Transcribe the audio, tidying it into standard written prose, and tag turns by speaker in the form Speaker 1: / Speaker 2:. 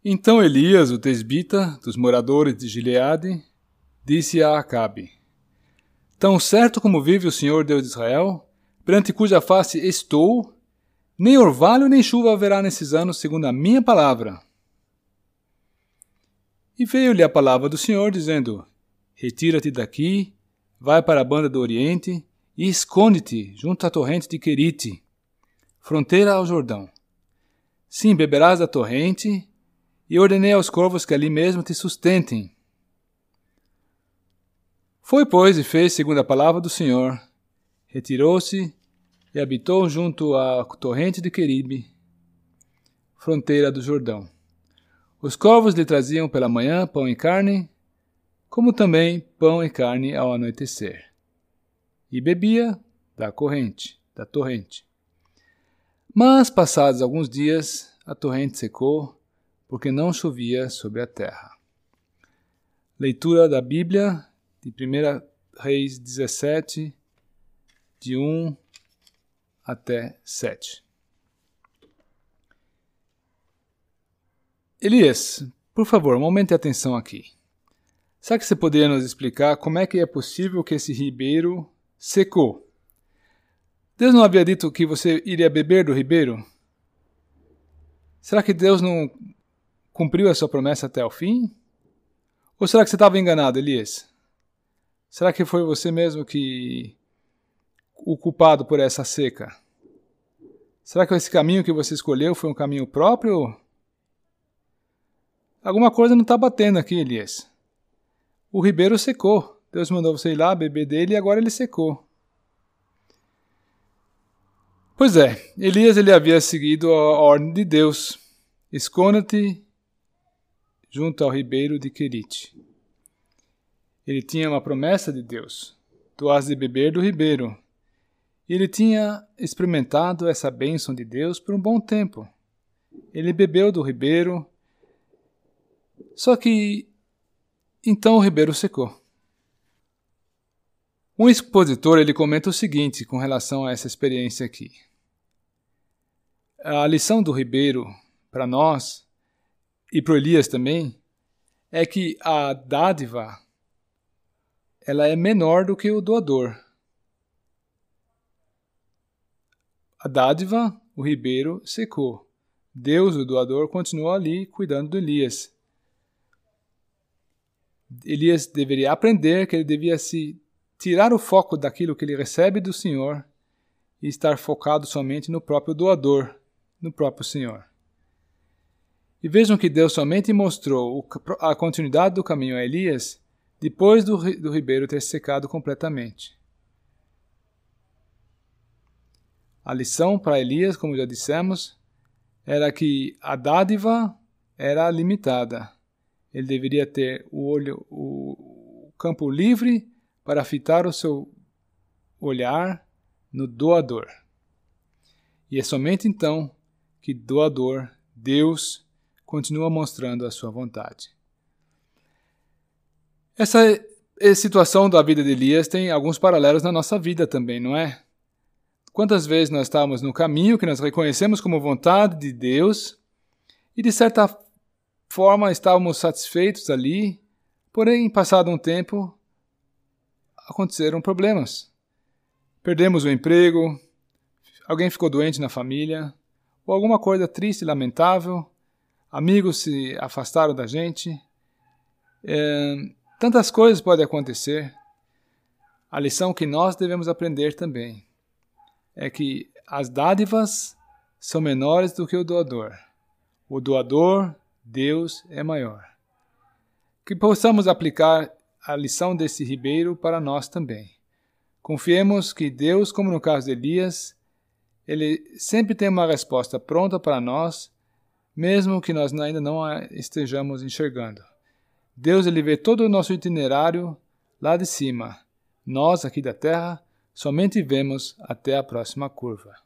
Speaker 1: Então Elias, o tesbita, dos moradores de Gileade, disse a Acabe: Tão certo como vive o Senhor Deus de Israel, perante cuja face estou, nem orvalho nem chuva haverá nesses anos, segundo a minha palavra. E veio-lhe a palavra do Senhor, dizendo: Retira-te daqui, vai para a banda do Oriente, e esconde-te junto à torrente de Querite, fronteira ao Jordão. Sim, beberás da torrente, e ordenei aos corvos que ali mesmo te sustentem. Foi, pois, e fez segundo a palavra do Senhor. Retirou-se e habitou junto à torrente de Queribe, fronteira do Jordão. Os corvos lhe traziam pela manhã pão e carne, como também pão e carne ao anoitecer. E bebia da torrente. Mas, passados alguns dias, a torrente secou, porque não chovia sobre a terra. Leitura da Bíblia de 1 Reis 17, de 1 até 7. Elias, por favor, um momento de atenção aqui. Será que você poderia nos explicar como é que é possível que esse ribeiro secou? Deus não havia dito que você iria beber do ribeiro? Será que Deus não cumpriu a sua promessa até o fim? Ou será que você estava enganado, Elias? Será que foi você mesmo que o culpado por essa seca? Será que esse caminho que você escolheu foi um caminho próprio? Alguma coisa não está batendo aqui, Elias. O ribeiro secou. Deus mandou você ir lá beber dele e agora ele secou. Pois é, Elias ele havia seguido a ordem de Deus. Esconda-te junto ao ribeiro de Querite. Ele tinha uma promessa de Deus. Tu has de beber do ribeiro. Ele tinha experimentado essa bênção de Deus por um bom tempo. Ele bebeu do ribeiro, só que então o ribeiro secou. Um expositor ele comenta o seguinte com relação a essa experiência aqui. A lição do ribeiro para nós, e para Elias também, é que a dádiva ela é menor do que o doador. A dádiva, o ribeiro, secou. Deus, o doador, continuou ali cuidando de Elias. Elias deveria aprender que ele devia se tirar o foco daquilo que ele recebe do Senhor e estar focado somente no próprio doador, no próprio Senhor. E vejam que Deus somente mostrou a continuidade do caminho a Elias depois do ribeiro ter secado completamente. A lição para Elias, como já dissemos, era que a dádiva era limitada. Ele deveria ter o campo livre para fitar o seu olhar no doador. E é somente então que doador, Deus, continua mostrando a sua vontade. Essa situação da vida de Elias tem alguns paralelos na nossa vida também, não é? Quantas vezes nós estávamos no caminho que nós reconhecemos como vontade de Deus e de certa forma estávamos satisfeitos ali, porém, passado um tempo, aconteceram problemas. Perdemos o emprego, alguém ficou doente na família, ou alguma coisa triste e lamentável, amigos se afastaram da gente. Tantas coisas podem acontecer. A lição que nós devemos aprender também é que as dádivas são menores do que o doador. O doador, Deus, é maior. Que possamos aplicar a lição desse ribeiro para nós também. Confiemos que Deus, como no caso de Elias, Ele sempre tem uma resposta pronta para nós, mesmo que nós ainda não a estejamos enxergando. Deus ele vê todo o nosso itinerário lá de cima. Nós, aqui da terra, somente vemos até a próxima curva.